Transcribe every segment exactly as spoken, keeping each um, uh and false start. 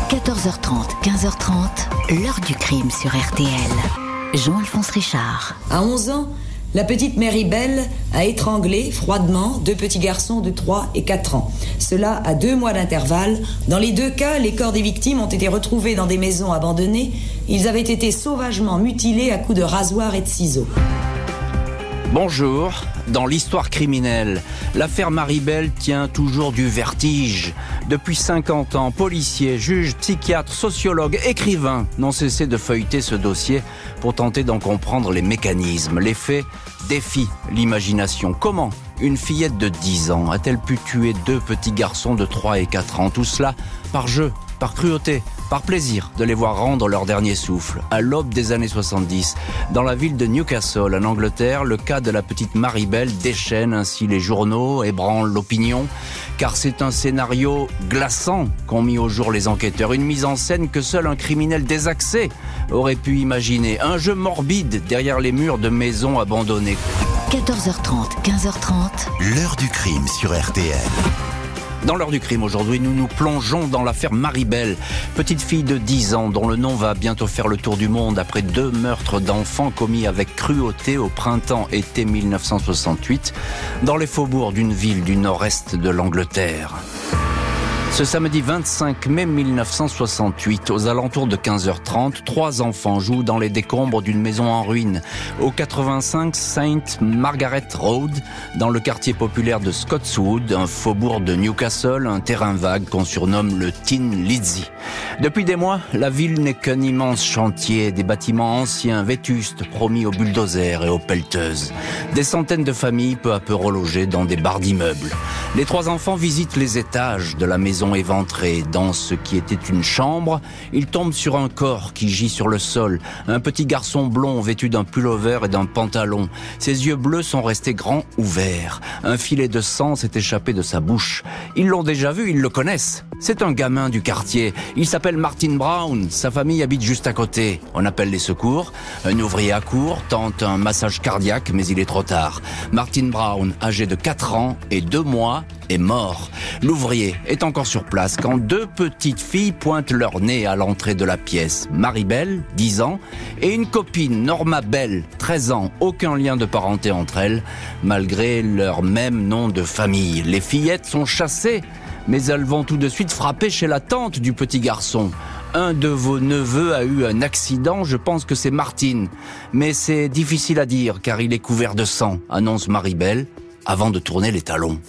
quatorze heures trente, quinze heures trente, l'heure du crime sur R T L. Jean-Alphonse Richard. À onze ans, la petite Mary Bell a étranglé froidement deux petits garçons de trois et quatre ans. Cela à deux mois d'intervalle. Dans les deux cas, les corps des victimes ont été retrouvés dans des maisons abandonnées. Ils avaient été sauvagement mutilés à coups de rasoir et de ciseaux. Bonjour. Dans l'histoire criminelle, l'affaire Mary Bell tient toujours du vertige. Depuis cinquante ans, policiers, juges, psychiatres, sociologues, écrivains n'ont cessé de feuilleter ce dossier pour tenter d'en comprendre les mécanismes. Les faits défient l'imagination. Comment une fillette de dix ans a-t-elle pu tuer deux petits garçons de trois et quatre ans? Tout cela par jeu, par cruauté, par plaisir de les voir rendre leur dernier souffle. À l'aube des années soixante-dix, dans la ville de Newcastle, en Angleterre, le cas de la petite Mary Bell déchaîne ainsi les journaux, ébranle l'opinion, car c'est un scénario glaçant qu'ont mis au jour les enquêteurs. Une mise en scène que seul un criminel désaxé aurait pu imaginer. Un jeu morbide derrière les murs de maisons abandonnées. quatorze heures trente, quinze heures trente. L'heure du crime sur R T L. Dans l'heure du crime aujourd'hui, nous nous plongeons dans l'affaire Mary Bell, petite fille de dix ans dont le nom va bientôt faire le tour du monde après deux meurtres d'enfants commis avec cruauté au printemps-été mille neuf cent soixante-huit dans les faubourgs d'une ville du nord-est de l'Angleterre. Ce samedi vingt-cinq mai mille neuf cent soixante-huit, aux alentours de quinze heures trente, trois enfants jouent dans les décombres d'une maison en ruine, au quatre-vingt-cinq Saint Margaret Road, dans le quartier populaire de Scotswood, un faubourg de Newcastle, un terrain vague qu'on surnomme le Tin Lizzie. Depuis des mois, la ville n'est qu'un immense chantier, des bâtiments anciens, vétustes, promis aux bulldozers et aux pelleteuses. Des centaines de familles peu à peu relogées dans des barres d'immeubles. Les trois enfants visitent les étages de la maison éventrée. Dans ce qui était une chambre, ils tombent sur un corps qui gît sur le sol. Un petit garçon blond vêtu d'un pullover et d'un pantalon. Ses yeux bleus sont restés grands ouverts. Un filet de sang s'est échappé de sa bouche. Ils l'ont déjà vu, ils le connaissent. C'est un gamin du quartier. Il s'appelle Martin Brown. Sa famille habite juste à côté. On appelle les secours. Un ouvrier accourt, tente un massage cardiaque, mais il est trop tard. Martin Brown, âgé de quatre ans et deux mois, est mort. L'ouvrier est encore sur place quand deux petites filles pointent leur nez à l'entrée de la pièce. Mary Bell, dix ans, et une copine, Norma Bell, treize ans. Aucun lien de parenté entre elles, malgré leur même nom de famille. Les fillettes sont chassées, mais elles vont tout de suite frapper chez la tante du petit garçon. Un de vos neveux a eu un accident, je pense que c'est Martin. Mais c'est difficile à dire car il est couvert de sang, annonce Mary Bell, avant de tourner les talons.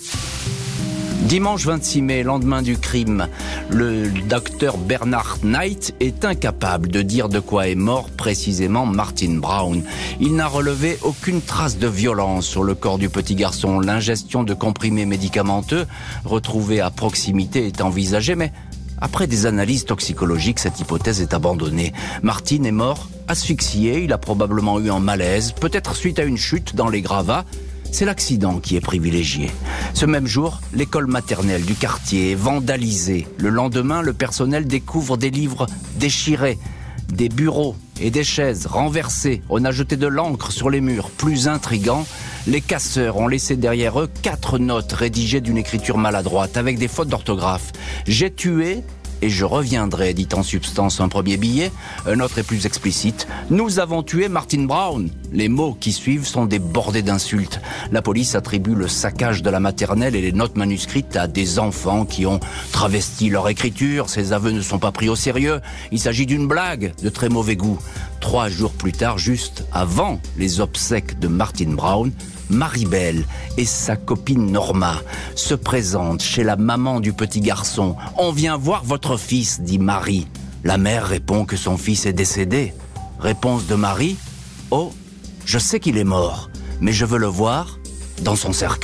Dimanche vingt-six mai, lendemain du crime, le docteur Bernard Knight est incapable de dire de quoi est mort précisément Martin Brown. Il n'a relevé aucune trace de violence sur le corps du petit garçon. L'ingestion de comprimés médicamenteux retrouvés à proximité est envisagée, mais après des analyses toxicologiques, cette hypothèse est abandonnée. Martin est mort asphyxié, il a probablement eu un malaise, peut-être suite à une chute dans les gravats. C'est l'accident qui est privilégié. Ce même jour, l'école maternelle du quartier est vandalisée. Le lendemain, le personnel découvre des livres déchirés, des bureaux et des chaises renversées. On a jeté de l'encre sur les murs. Plus intriguant, les casseurs ont laissé derrière eux quatre notes rédigées d'une écriture maladroite avec des fautes d'orthographe. J'ai tué et je reviendrai, dit en substance un premier billet. Un autre est plus explicite. Nous avons tué Martin Brown. Les mots qui suivent sont débordés d'insultes. La police attribue le saccage de la maternelle et les notes manuscrites à des enfants qui ont travesti leur écriture. Ces aveux ne sont pas pris au sérieux. Il s'agit d'une blague de très mauvais goût. Trois jours plus tard, juste avant les obsèques de Martin Brown, Mary Bell et sa copine Norma se présentent chez la maman du petit garçon. « On vient voir votre fils », dit Marie. La mère répond que son fils est décédé. Réponse de Marie : « Oh, je sais qu'il est mort, mais je veux le voir dans son cercueil. »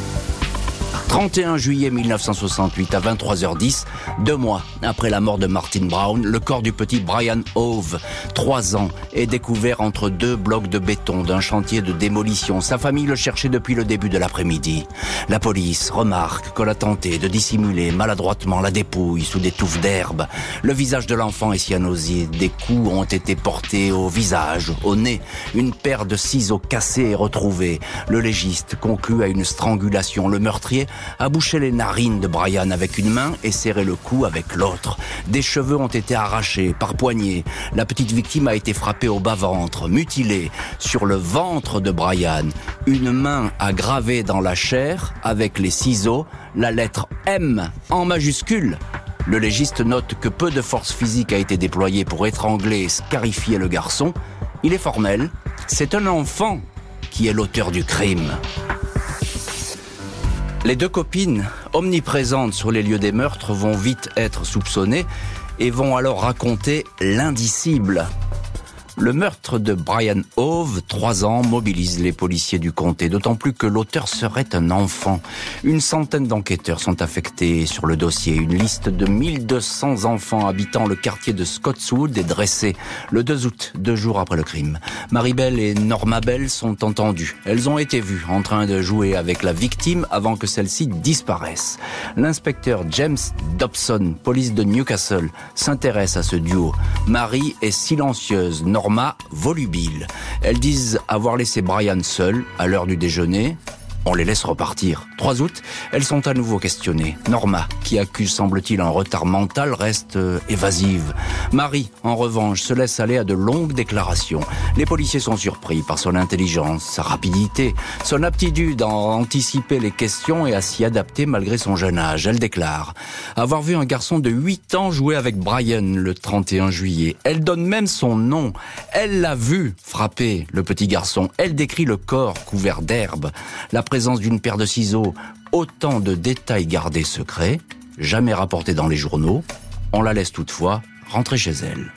trente et un juillet mille neuf cent soixante-huit à vingt-trois heures dix, deux mois après la mort de Martin Brown, le corps du petit Brian Hove, trois ans, est découvert entre deux blocs de béton d'un chantier de démolition. Sa famille le cherchait depuis le début de l'après-midi. La police remarque qu'on a tenté de dissimuler maladroitement la dépouille sous des touffes d'herbe. Le visage de l'enfant est cyanosé. Des coups ont été portés au visage, au nez. Une paire de ciseaux cassés est retrouvée. Le légiste conclut à une strangulation. Le meurtrier a bouché les narines de Brian avec une main et serré le cou avec l'autre. Des cheveux ont été arrachés par poignées. La petite victime a été frappée au bas-ventre, mutilée. Sur le ventre de Brian, une main a gravé dans la chair, avec les ciseaux, la lettre M en majuscule. Le légiste note que peu de force physique a été déployée pour étrangler et scarifier le garçon. Il est formel, c'est un enfant qui est l'auteur du crime. Les deux copines, omniprésentes sur les lieux des meurtres, vont vite être soupçonnées et vont alors raconter l'indicible. Le meurtre de Brian Hove, trois ans, mobilise les policiers du comté, d'autant plus que l'auteur serait un enfant. Une centaine d'enquêteurs sont affectés sur le dossier. Une liste de mille deux cents enfants habitant le quartier de Scottswood est dressée le deux août, deux jours après le crime. Maribel et Norma Bell sont entendues. Elles ont été vues en train de jouer avec la victime avant que celle-ci disparaisse. L'inspecteur James Dobson, police de Newcastle, s'intéresse à ce duo. Marie est silencieuse, Norma volubile. Elles disent avoir laissé Brian seul à l'heure du déjeuner. On les laisse repartir. trois août, elles sont à nouveau questionnées. Norma, qui accuse semble-t-il un retard mental, reste euh, évasive. Marie, en revanche, se laisse aller à de longues déclarations. Les policiers sont surpris par son intelligence, sa rapidité, son aptitude à anticiper les questions et à s'y adapter malgré son jeune âge. Elle déclare avoir vu un garçon de huit ans jouer avec Brian le trente et un juillet. Elle donne même son nom. Elle l'a vu frapper le petit garçon. Elle décrit le corps couvert d'herbe. La présence d'une paire de ciseaux, autant de détails gardés secrets, jamais rapportés dans les journaux. On la laisse toutefois rentrer chez elle.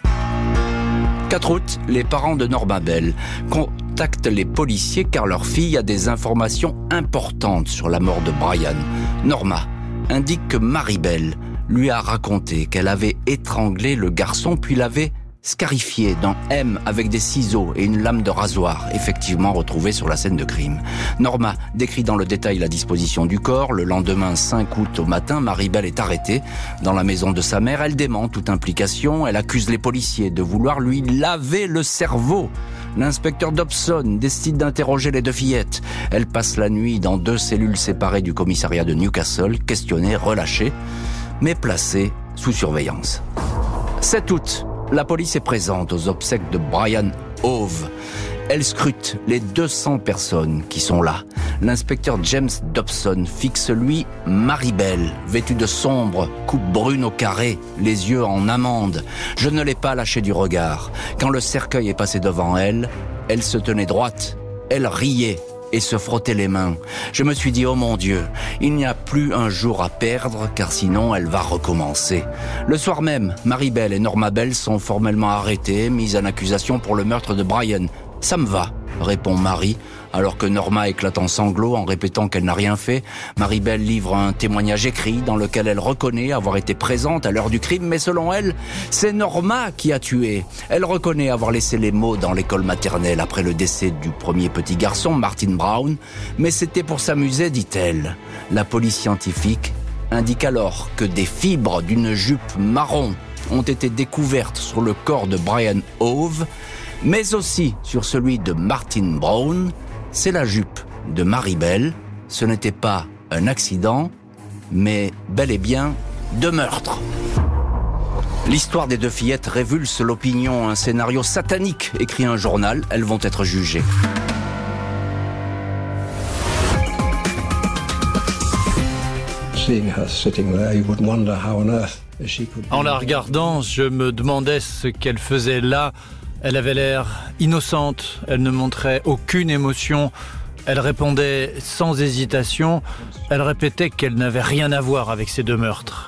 quatre août, les parents de Norma Bell contactent les policiers car leur fille a des informations importantes sur la mort de Brian. Norma indique que Maribel lui a raconté qu'elle avait étranglé le garçon puis l'avait scarifié d'un M avec des ciseaux et une lame de rasoir, effectivement retrouvée sur la scène de crime. Norma décrit dans le détail la disposition du corps. Le lendemain cinq août au matin, Maribel est arrêtée dans la maison de sa mère. Elle dément toute implication. Elle accuse les policiers de vouloir lui laver le cerveau. L'inspecteur Dobson décide d'interroger les deux fillettes. Elles passent la nuit dans deux cellules séparées du commissariat de Newcastle, questionnées, relâchées, mais placées sous surveillance. sept août, la police est présente aux obsèques de Brian Hove. Elle scrute les deux cents personnes qui sont là. L'inspecteur James Dobson fixe lui Maribel, vêtue de sombre, coupe brune au carré, les yeux en amande. Je ne l'ai pas lâché du regard. Quand le cercueil est passé devant elle, elle se tenait droite. Elle riait et se frottait les mains. Je me suis dit, oh mon Dieu, il n'y a plus un jour à perdre, car sinon elle va recommencer. Le soir même, Maribel et Norma Bell sont formellement arrêtées, mises en accusation pour le meurtre de Brian. Ça me va, répond Marie, alors que Norma éclate en sanglots en répétant qu'elle n'a rien fait. Maribel livre un témoignage écrit dans lequel elle reconnaît avoir été présente à l'heure du crime, mais selon elle, c'est Norma qui a tué. Elle reconnaît avoir laissé les mots dans l'école maternelle après le décès du premier petit garçon, Martin Brown, mais c'était pour s'amuser, dit-elle. La police scientifique indique alors que des fibres d'une jupe marron ont été découvertes sur le corps de Brian Hove, mais aussi sur celui de Martin Brown. C'est la jupe de Maribel. Ce n'était pas un accident, mais bel et bien deux meurtres. L'histoire des deux fillettes révulse l'opinion. Un scénario satanique, écrit un journal. Elles vont être jugées. En la regardant, je me demandais ce qu'elle faisait là. Elle avait l'air innocente, elle ne montrait aucune émotion, elle répondait sans hésitation, elle répétait qu'elle n'avait rien à voir avec ces deux meurtres.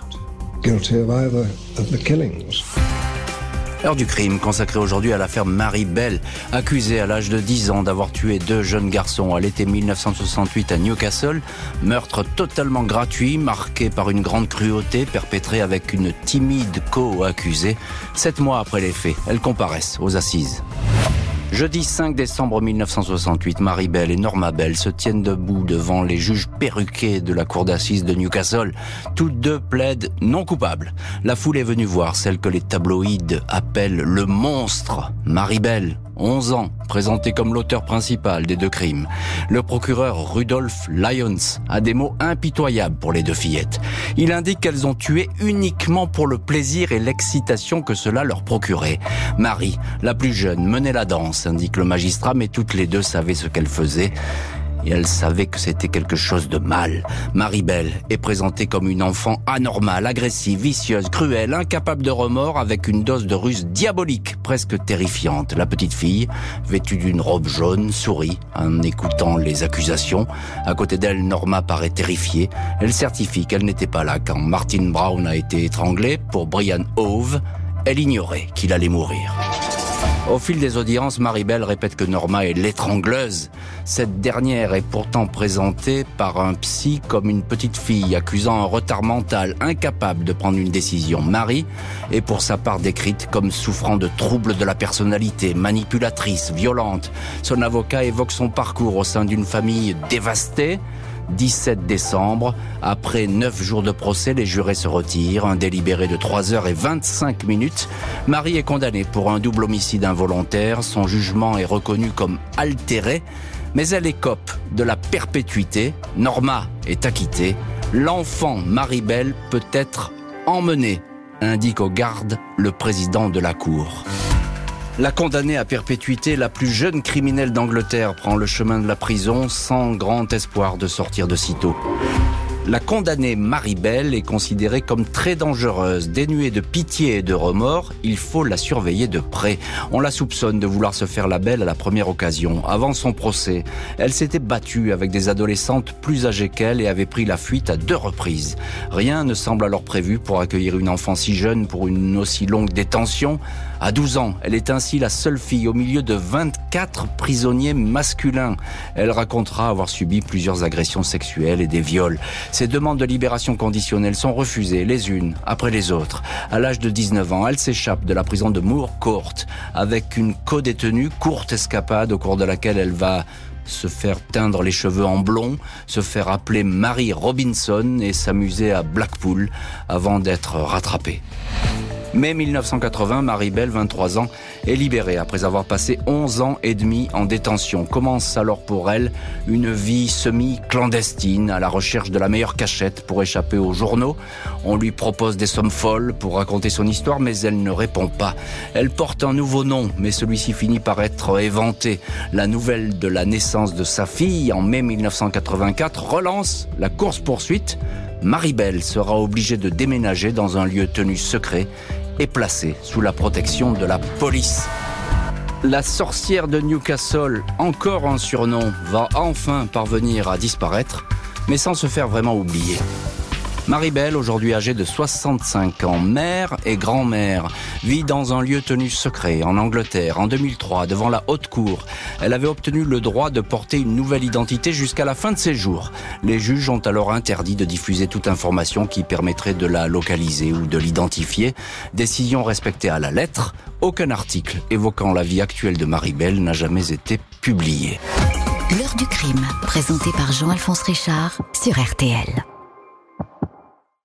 Heure du crime, consacrée aujourd'hui à l'affaire Maribel, accusée à l'âge de dix ans d'avoir tué deux jeunes garçons à l'été mille neuf cent soixante-huit à Newcastle. Meurtre totalement gratuit, marqué par une grande cruauté, perpétrée avec une timide co-accusée. Sept mois après les faits, elles comparaissent aux assises. Jeudi cinq décembre mille neuf cent soixante-huit, Maribel et Norma Bell se tiennent debout devant les juges perruqués de la cour d'assises de Newcastle. Toutes deux plaident non coupables. La foule est venue voir celle que les tabloïds appellent le monstre. Maribel onze ans, présenté comme l'auteur principal des deux crimes. Le procureur Rudolf Lyons a des mots impitoyables pour les deux fillettes. Il indique qu'elles ont tué uniquement pour le plaisir et l'excitation que cela leur procurait. Marie, la plus jeune, menait la danse, indique le magistrat, mais toutes les deux savaient ce qu'elles faisaient. Et elle savait que c'était quelque chose de mal. Marie-Belle est présentée comme une enfant anormale, agressive, vicieuse, cruelle, incapable de remords, avec une dose de ruse diabolique, presque terrifiante. La petite fille, vêtue d'une robe jaune, sourit en écoutant les accusations. À côté d'elle, Norma paraît terrifiée. Elle certifie qu'elle n'était pas là quand Martin Brown a été étranglé. Pour Brian Hove, elle ignorait qu'il allait mourir. Au fil des audiences, Marie-Belle répète que Norma est l'étrangleuse. Cette dernière est pourtant présentée par un psy comme une petite fille, accusant un retard mental, incapable de prendre une décision. Marie est pour sa part décrite comme souffrant de troubles de la personnalité, manipulatrice, violente. Son avocat évoque son parcours au sein d'une famille dévastée. dix-sept décembre, après neuf jours de procès, les jurés se retirent. Un délibéré de trois heures et vingt-cinq minutes. Marie est condamnée pour un double homicide involontaire. Son jugement est reconnu comme altéré, mais elle écope de la perpétuité. Norma est acquittée. L'enfant Marie-Belle peut être emmené, indique aux gardes le président de la cour. La condamnée à perpétuité, la plus jeune criminelle d'Angleterre, prend le chemin de la prison sans grand espoir de sortir de sitôt. La condamnée Marie-Belle est considérée comme très dangereuse, dénuée de pitié et de remords. Il faut la surveiller de près. On la soupçonne de vouloir se faire la belle à la première occasion. Avant son procès, elle s'était battue avec des adolescentes plus âgées qu'elle et avait pris la fuite à deux reprises. Rien ne semble alors prévu pour accueillir une enfant si jeune pour une aussi longue détention. À douze ans, elle est ainsi la seule fille au milieu de vingt-quatre prisonniers masculins. Elle racontera avoir subi plusieurs agressions sexuelles et des viols. Ses demandes de libération conditionnelle sont refusées les unes après les autres. À l'âge de dix-neuf ans, elle s'échappe de la prison de Moor Court avec une codétenue, courte escapade au cours de laquelle elle va se faire teindre les cheveux en blond, se faire appeler Mary Robinson et s'amuser à Blackpool avant d'être rattrapée. Mai mille neuf cent quatre-vingts, Marie-Belle, vingt-trois ans, est libérée après avoir passé onze ans et demi en détention. Commence alors pour elle une vie semi-clandestine à la recherche de la meilleure cachette pour échapper aux journaux. On lui propose des sommes folles pour raconter son histoire, mais elle ne répond pas. Elle porte un nouveau nom, mais celui-ci finit par être éventé. La nouvelle de la naissance de sa fille en mai mille neuf cent quatre-vingt-quatre relance la course-poursuite. Marie-Belle sera obligée de déménager dans un lieu tenu secret et placée sous la protection de la police. La sorcière de Newcastle, encore un surnom, va enfin parvenir à disparaître, mais sans se faire vraiment oublier. Marie-Belle, aujourd'hui âgée de soixante-cinq ans, mère et grand-mère, vit dans un lieu tenu secret en Angleterre. En deux mille trois, devant la haute cour, elle avait obtenu le droit de porter une nouvelle identité jusqu'à la fin de ses jours. Les juges ont alors interdit de diffuser toute information qui permettrait de la localiser ou de l'identifier. Décision respectée à la lettre. Aucun article évoquant la vie actuelle de Marie-Belle n'a jamais été publié. L'heure du crime, présenté par Jean-Alphonse Richard sur R T L.